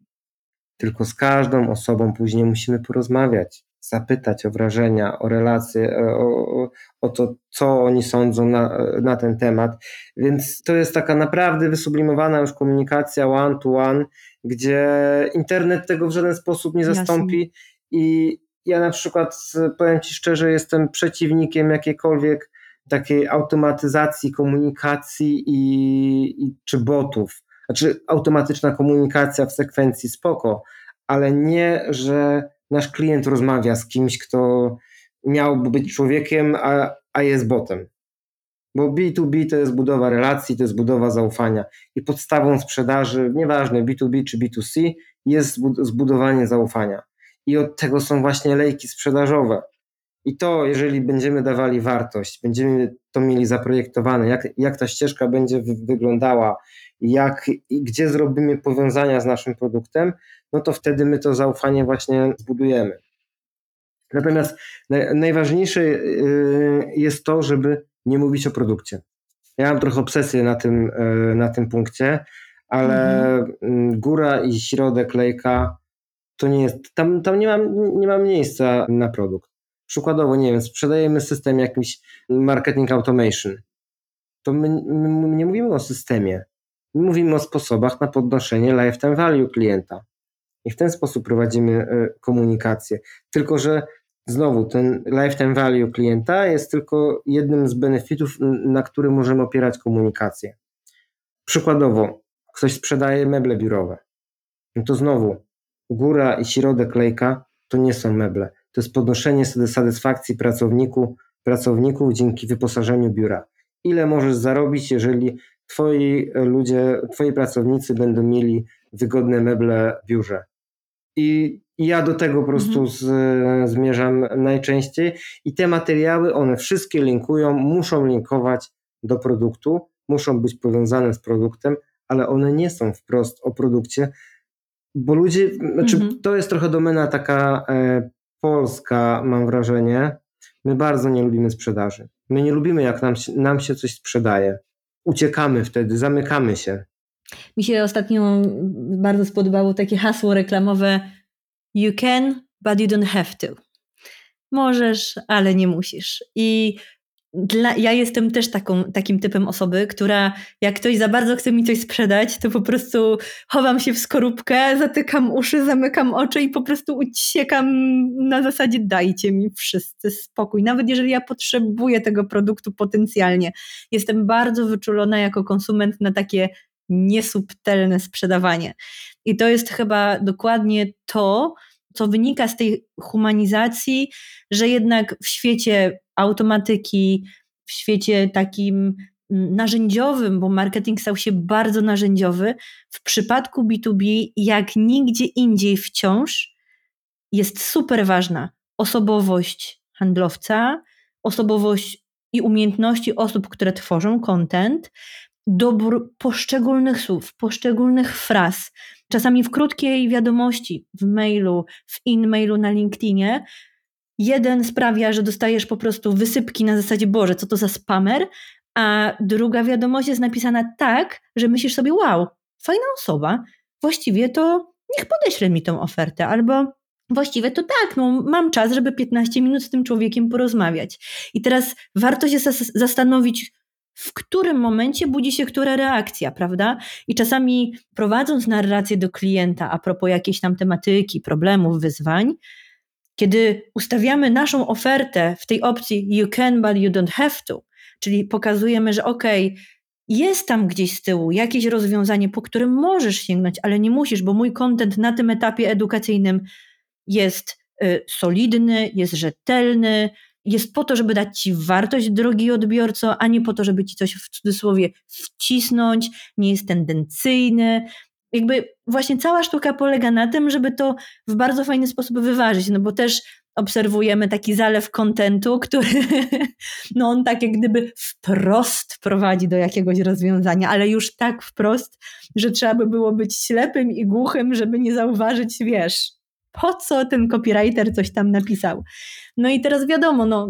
Tylko z każdą osobą później musimy porozmawiać, zapytać o wrażenia, o relacje, o, o to, co oni sądzą na, na ten temat. Więc to jest taka naprawdę wysublimowana już komunikacja one to one, gdzie internet tego w żaden sposób nie zastąpi. Jasne. I ja na przykład, powiem Ci szczerze, jestem przeciwnikiem jakiejkolwiek takiej automatyzacji komunikacji i, i czy botów. Znaczy automatyczna komunikacja w sekwencji spoko, ale nie, że nasz klient rozmawia z kimś, kto miałby być człowiekiem, a, a jest botem. Bo B dwa B to jest budowa relacji, to jest budowa zaufania i podstawą sprzedaży, nieważne B dwa B czy B dwa C, jest zbudowanie zaufania. I od tego są właśnie lejki sprzedażowe. I to, jeżeli będziemy dawali wartość, będziemy to mieli zaprojektowane, jak, jak ta ścieżka będzie wy, wyglądała, jak i gdzie zrobimy powiązania z naszym produktem, no to wtedy my to zaufanie właśnie zbudujemy. Natomiast naj, najważniejsze jest to, żeby nie mówić o produkcie. Ja mam trochę obsesję na tym, na tym punkcie, ale mhm. góra i środek lejka to nie jest, tam, tam nie, ma, nie ma miejsca na produkt. Przykładowo, nie wiem, sprzedajemy system jakiś marketing automation. To my, my nie mówimy o systemie. My mówimy o sposobach na podnoszenie lifetime value klienta. I w ten sposób prowadzimy komunikację. Tylko że znowu ten lifetime value klienta jest tylko jednym z benefitów, na którym możemy opierać komunikację. Przykładowo, ktoś sprzedaje meble biurowe. No to znowu góra i środek lejka to nie są meble. To jest podnoszenie satysfakcji pracowniku, pracowników dzięki wyposażeniu biura. Ile możesz zarobić, jeżeli twoi ludzie, twoi pracownicy będą mieli wygodne meble w biurze. I ja do tego po prostu mhm. z, zmierzam najczęściej i te materiały, one wszystkie linkują, muszą linkować do produktu, muszą być powiązane z produktem, ale one nie są wprost o produkcie, bo ludzie, znaczy mhm. to jest trochę domena taka e, polska, mam wrażenie. My bardzo nie lubimy sprzedaży. My nie lubimy, jak nam, nam się coś sprzedaje. Uciekamy wtedy, zamykamy się. Mi się ostatnio bardzo spodobało takie hasło reklamowe You can, but you don't have to. Możesz, ale nie musisz. I dla, ja jestem też taką, takim typem osoby, która jak ktoś za bardzo chce mi coś sprzedać, to po prostu chowam się w skorupkę, zatykam uszy, zamykam oczy i po prostu uciekam na zasadzie dajcie mi wszyscy spokój. Nawet jeżeli ja potrzebuję tego produktu potencjalnie. Jestem bardzo wyczulona jako konsument na takie niesubtelne sprzedawanie. I to jest chyba dokładnie to, co wynika z tej humanizacji, że jednak w świecie automatyki, w świecie takim narzędziowym, bo marketing stał się bardzo narzędziowy, w przypadku B dwa B jak nigdzie indziej wciąż jest super ważna osobowość handlowca, osobowość i umiejętności osób, które tworzą content, dobór poszczególnych słów, poszczególnych fraz. Czasami w krótkiej wiadomości, w mailu, w in-mailu na LinkedInie, jeden sprawia, że dostajesz po prostu wysypki na zasadzie Boże, co to za spamer, a druga wiadomość jest napisana tak, że myślisz sobie wow, fajna osoba, właściwie to niech podeśle mi tą ofertę, albo właściwie to tak, no mam czas, żeby piętnaście minut z tym człowiekiem porozmawiać. I teraz warto się zas- zastanowić, w którym momencie budzi się która reakcja, prawda? I czasami prowadząc narrację do klienta a propos jakiejś tam tematyki, problemów, wyzwań, kiedy ustawiamy naszą ofertę w tej opcji you can, but you don't have to, czyli pokazujemy, że okej, okay, jest tam gdzieś z tyłu jakieś rozwiązanie, po którym możesz sięgnąć, ale nie musisz, bo mój content na tym etapie edukacyjnym jest y, solidny, jest rzetelny, jest po to, żeby dać ci wartość, drogi odbiorco, a nie po to, żeby ci coś w cudzysłowie wcisnąć, nie jest tendencyjny. Jakby właśnie cała sztuka polega na tym, żeby to w bardzo fajny sposób wyważyć, no bo też obserwujemy taki zalew kontentu, który no on tak jak gdyby wprost prowadzi do jakiegoś rozwiązania, ale już tak wprost, że trzeba by było być ślepym i głuchym, żeby nie zauważyć, wiesz, po co ten copywriter coś tam napisał. No i teraz wiadomo, no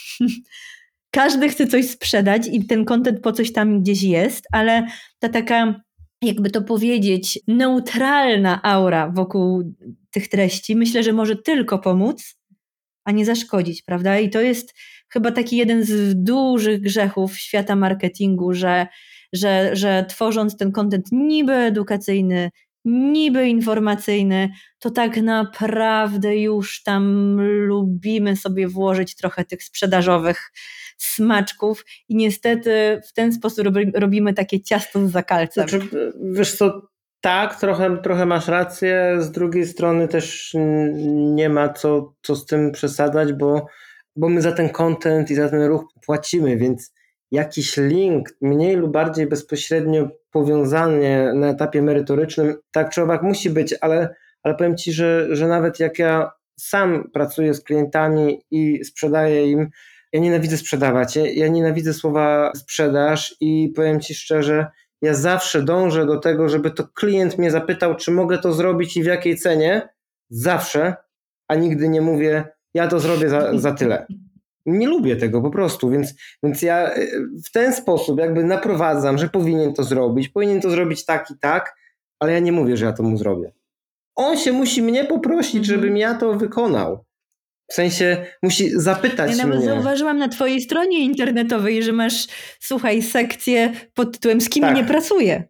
każdy chce coś sprzedać i ten content po coś tam gdzieś jest, ale ta taka, jakby to powiedzieć, neutralna aura wokół tych treści myślę, że może tylko pomóc, a nie zaszkodzić, prawda? I to jest chyba taki jeden z dużych grzechów świata marketingu, że, że, że tworząc ten content niby edukacyjny, niby informacyjny, to tak naprawdę już tam lubimy sobie włożyć trochę tych sprzedażowych smaczków i niestety w ten sposób robimy takie ciasto z zakalcem. Znaczy, wiesz co, tak, trochę, trochę masz rację, z drugiej strony też nie ma co, co z tym przesadzać, bo, bo my za ten content i za ten ruch płacimy, więc jakiś link mniej lub bardziej bezpośrednio powiązany na etapie merytorycznym, tak czy owak musi być, ale, ale powiem Ci, że, że nawet jak ja sam pracuję z klientami i sprzedaję im, ja nienawidzę sprzedawać, ja, ja nienawidzę słowa sprzedaż i powiem Ci szczerze, ja zawsze dążę do tego, żeby to klient mnie zapytał, czy mogę to zrobić i w jakiej cenie, zawsze, a nigdy nie mówię, ja to zrobię za, za tyle. Nie lubię tego po prostu, więc, więc ja w ten sposób jakby naprowadzam, że powinien to zrobić, powinien to zrobić tak i tak, ale ja nie mówię, że ja to mu zrobię. On się musi mnie poprosić, mhm. żebym ja to wykonał. W sensie musi zapytać mnie. Ja nawet mnie. zauważyłam na twojej stronie internetowej, że masz, słuchaj, sekcję pod tytułem "Z kim tak. nie pracuję".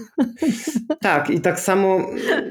Tak, i tak samo...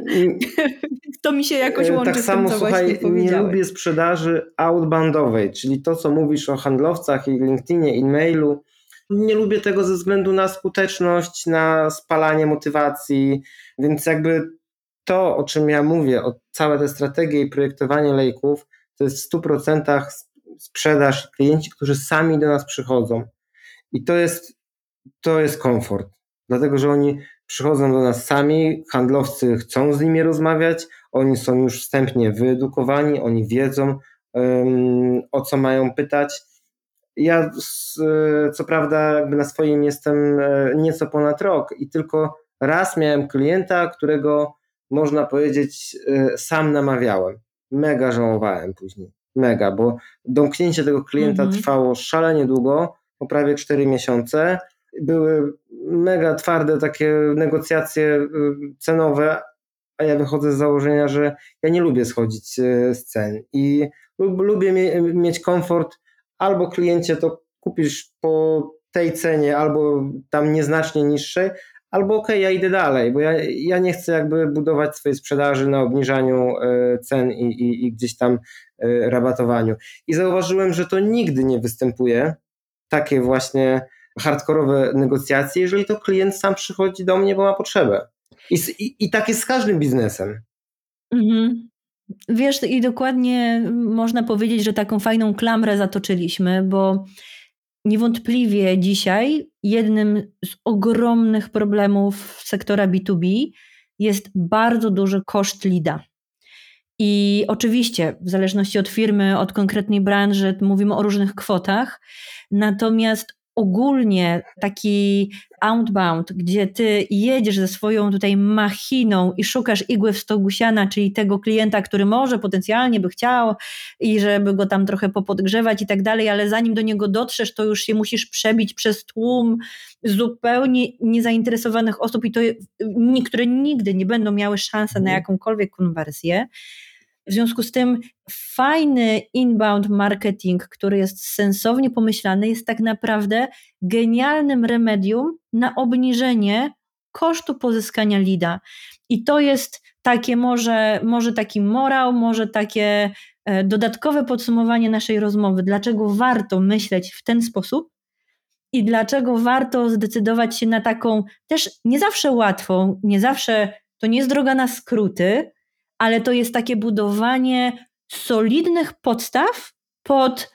To mi się jakoś łączy tak z samo, tym, co słuchaj, właśnie nie lubię sprzedaży outboundowej, czyli to, co mówisz o handlowcach i LinkedInie, e-mailu. Nie lubię tego ze względu na skuteczność, na spalanie motywacji, więc jakby to, o czym ja mówię, o całe te strategie i projektowanie lejków, to jest w stu procentach sprzedaż, klienci, którzy sami do nas przychodzą. I to jest, to jest komfort, dlatego że oni przychodzą do nas sami, handlowcy chcą z nimi rozmawiać, oni są już wstępnie wyedukowani, oni wiedzą, um, o co mają pytać. Ja co prawda jakby na swoim jestem nieco ponad rok i tylko raz miałem klienta, którego można powiedzieć sam namawiałem. Mega żałowałem później. Mega, bo domknięcie tego klienta mm-hmm. trwało szalenie długo, po prawie cztery miesiące. Były mega twarde takie negocjacje cenowe, a ja wychodzę z założenia, że ja nie lubię schodzić z cen i lubię mie- mieć komfort. Albo kliencie to kupisz po tej cenie, albo tam nieznacznie niższej, albo okej, okay, ja idę dalej, bo ja, ja nie chcę jakby budować swojej sprzedaży na obniżaniu y, cen i, i, i gdzieś tam y, rabatowaniu. I zauważyłem, że to nigdy nie występuje, takie właśnie hardkorowe negocjacje, jeżeli to klient sam przychodzi do mnie, bo ma potrzebę. I, i, i tak jest z każdym biznesem. Mhm. Wiesz, i dokładnie można powiedzieć, że taką fajną klamrę zatoczyliśmy, bo niewątpliwie dzisiaj jednym z ogromnych problemów sektora B dwa B jest bardzo duży koszt leada. I oczywiście w zależności od firmy, od konkretnej branży mówimy o różnych kwotach, natomiast ogólnie taki outbound, gdzie ty jedziesz ze swoją tutaj machiną i szukasz igły w stogu siana, czyli tego klienta, który może potencjalnie by chciał i żeby go tam trochę popodgrzewać i tak dalej, ale zanim do niego dotrzesz, to już się musisz przebić przez tłum zupełnie niezainteresowanych osób i to, które nigdy nie będą miały szansy na jakąkolwiek konwersję. W związku z tym fajny inbound marketing, który jest sensownie pomyślany, jest tak naprawdę genialnym remedium na obniżenie kosztu pozyskania leada. I to jest takie może, może taki morał, może takie dodatkowe podsumowanie naszej rozmowy, dlaczego warto myśleć w ten sposób i dlaczego warto zdecydować się na taką też nie zawsze łatwą, nie zawsze, to nie jest droga na skróty, ale to jest takie budowanie solidnych podstaw pod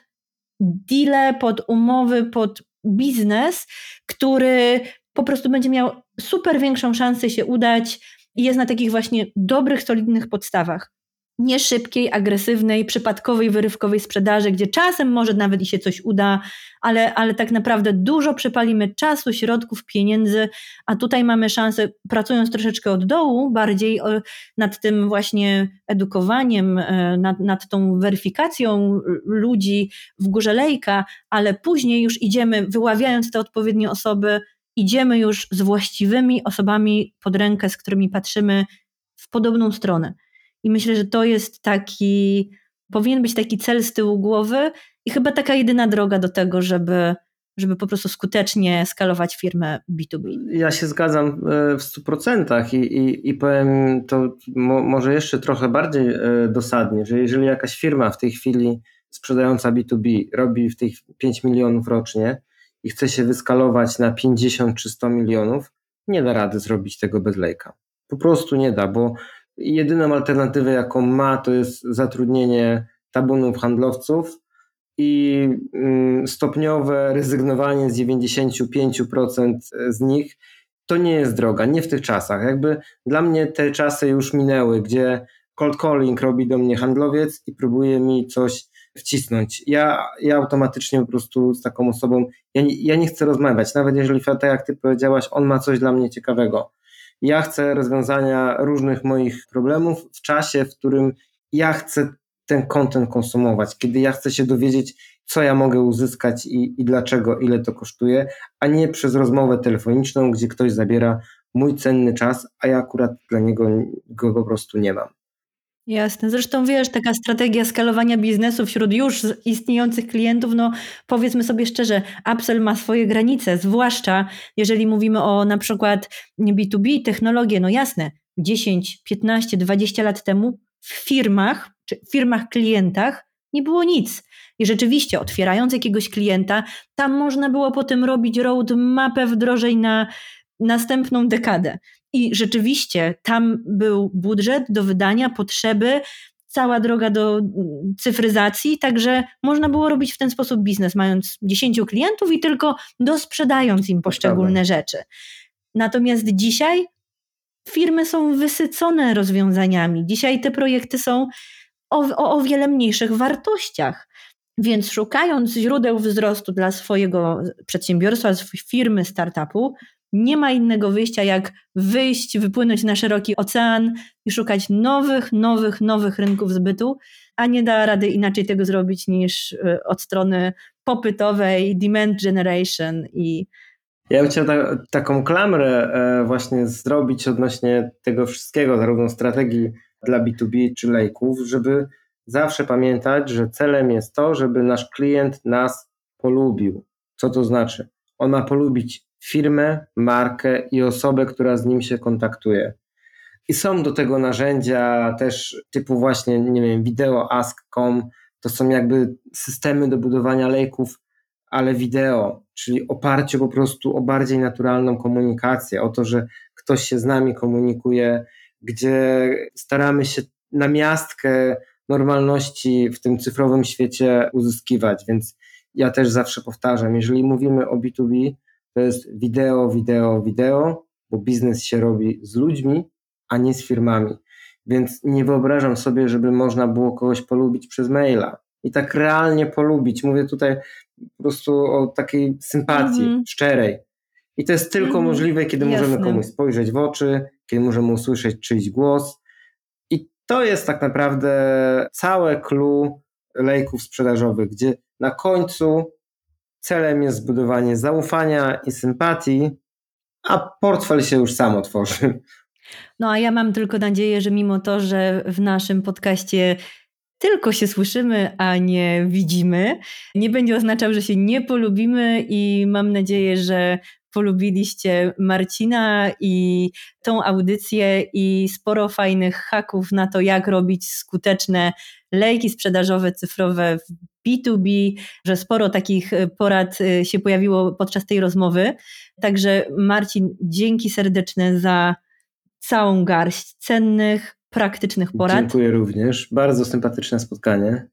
deale, pod umowy, pod biznes, który po prostu będzie miał super większą szansę się udać i jest na takich właśnie dobrych, solidnych podstawach. Nie szybkiej, agresywnej, przypadkowej, wyrywkowej sprzedaży, gdzie czasem może nawet i się coś uda, ale, ale tak naprawdę dużo przepalimy czasu, środków, pieniędzy, a tutaj mamy szansę, pracując troszeczkę od dołu, bardziej nad tym właśnie edukowaniem, nad, nad tą weryfikacją ludzi w górze lejka, ale później już idziemy, wyławiając te odpowiednie osoby, idziemy już z właściwymi osobami pod rękę, z którymi patrzymy w podobną stronę. I myślę, że to jest taki, powinien być taki cel z tyłu głowy i chyba taka jedyna droga do tego, żeby, żeby po prostu skutecznie skalować firmę B dwa B. Ja się zgadzam w stu procentach i, i, i powiem to mo, może jeszcze trochę bardziej dosadnie, że jeżeli jakaś firma w tej chwili sprzedająca B dwa B robi w tych pięć milionów rocznie i chce się wyskalować na pięćdziesiąt czy sto milionów, nie da rady zrobić tego bez lejka. Po prostu nie da, bo jedyną alternatywę, jaką ma, to jest zatrudnienie tabunów handlowców i stopniowe rezygnowanie z dziewięćdziesiąt pięć procent z nich. To nie jest droga, nie w tych czasach. Jakby dla mnie te czasy już minęły, gdzie cold calling robi do mnie handlowiec i próbuje mi coś wcisnąć. Ja, ja automatycznie po prostu z taką osobą, ja nie, ja nie chcę rozmawiać, nawet jeżeli, tak jak ty powiedziałaś, on ma coś dla mnie ciekawego. Ja chcę rozwiązania różnych moich problemów w czasie, w którym ja chcę ten content konsumować, kiedy ja chcę się dowiedzieć, co ja mogę uzyskać i, i dlaczego, ile to kosztuje, a nie przez rozmowę telefoniczną, gdzie ktoś zabiera mój cenny czas, a ja akurat dla niego go po prostu nie mam. Jasne. Zresztą wiesz, taka strategia skalowania biznesu wśród już istniejących klientów, no powiedzmy sobie szczerze, upsell ma swoje granice, zwłaszcza jeżeli mówimy o na przykład B dwa B, technologie, no jasne, dziesięć, piętnaście, dwadzieścia lat temu w firmach, czy w firmach klientach nie było nic. I rzeczywiście otwierając jakiegoś klienta, tam można było potem robić roadmapę wdrożeń na następną dekadę. I rzeczywiście tam był budżet do wydania, potrzeby, cała droga do cyfryzacji, także można było robić w ten sposób biznes, mając dziesięciu klientów i tylko dosprzedając im poszczególne rzeczy. Natomiast dzisiaj firmy są wysycone rozwiązaniami. Dzisiaj te projekty są o, o, o wiele mniejszych wartościach. Więc szukając źródeł wzrostu dla swojego przedsiębiorstwa, swojej firmy, startupu, nie ma innego wyjścia jak wyjść, wypłynąć na szeroki ocean i szukać nowych, nowych, nowych rynków zbytu, a nie da rady inaczej tego zrobić niż od strony popytowej, demand generation i ja bym chciał ta, taką klamrę właśnie zrobić odnośnie tego wszystkiego, zarówno strategii dla B dwa B czy lejków, żeby zawsze pamiętać, że celem jest to, żeby nasz klient nas polubił. Co to znaczy? On ma polubić firmę, markę i osobę, która z nim się kontaktuje. I są do tego narzędzia też typu właśnie, nie wiem, wideo ask kropka com, to są jakby systemy do budowania lejków, ale wideo, czyli oparcie po prostu o bardziej naturalną komunikację, o to, że ktoś się z nami komunikuje, gdzie staramy się namiastkę normalności w tym cyfrowym świecie uzyskiwać, więc ja też zawsze powtarzam, jeżeli mówimy o B dwa B, to jest wideo, wideo, wideo, bo biznes się robi z ludźmi, a nie z firmami, więc nie wyobrażam sobie, żeby można było kogoś polubić przez maila i tak realnie polubić, mówię tutaj po prostu o takiej sympatii mm-hmm. szczerej i to jest tylko mm-hmm. możliwe, kiedy Jasne. Możemy komuś spojrzeć w oczy, kiedy możemy usłyszeć czyjś głos. To jest tak naprawdę całe clue lejków sprzedażowych, gdzie na końcu celem jest zbudowanie zaufania i sympatii, a portfel się już sam otworzy. No a ja mam tylko nadzieję, że mimo to, że w naszym podcaście tylko się słyszymy, a nie widzimy, nie będzie oznaczał, że się nie polubimy i mam nadzieję, że polubiliście Marcina i tą audycję i sporo fajnych haków na to, jak robić skuteczne lejki sprzedażowe, cyfrowe w B dwa B, że sporo takich porad się pojawiło podczas tej rozmowy. Także Marcin, dzięki serdeczne za całą garść cennych, praktycznych porad. Dziękuję również. Bardzo sympatyczne spotkanie.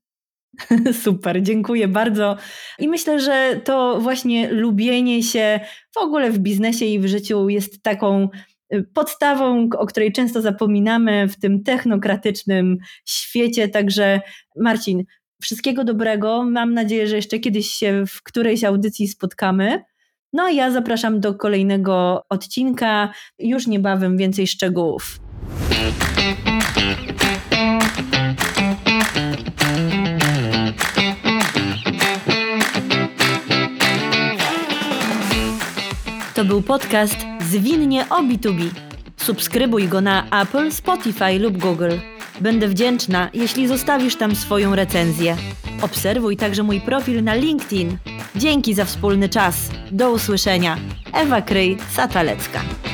Super, dziękuję bardzo. I myślę, że to właśnie lubienie się w ogóle w biznesie i w życiu jest taką podstawą, o której często zapominamy w tym technokratycznym świecie. Także Marcin, wszystkiego dobrego. Mam nadzieję, że jeszcze kiedyś się w którejś audycji spotkamy. No a ja zapraszam do kolejnego odcinka. Już niebawem więcej szczegółów. To był podcast Zwinnie o B dwa B. Subskrybuj go na Apple, Spotify lub Google. Będę wdzięczna, jeśli zostawisz tam swoją recenzję. Obserwuj także mój profil na LinkedIn. Dzięki za wspólny czas. Do usłyszenia. Ewa Kryj-Satalecka.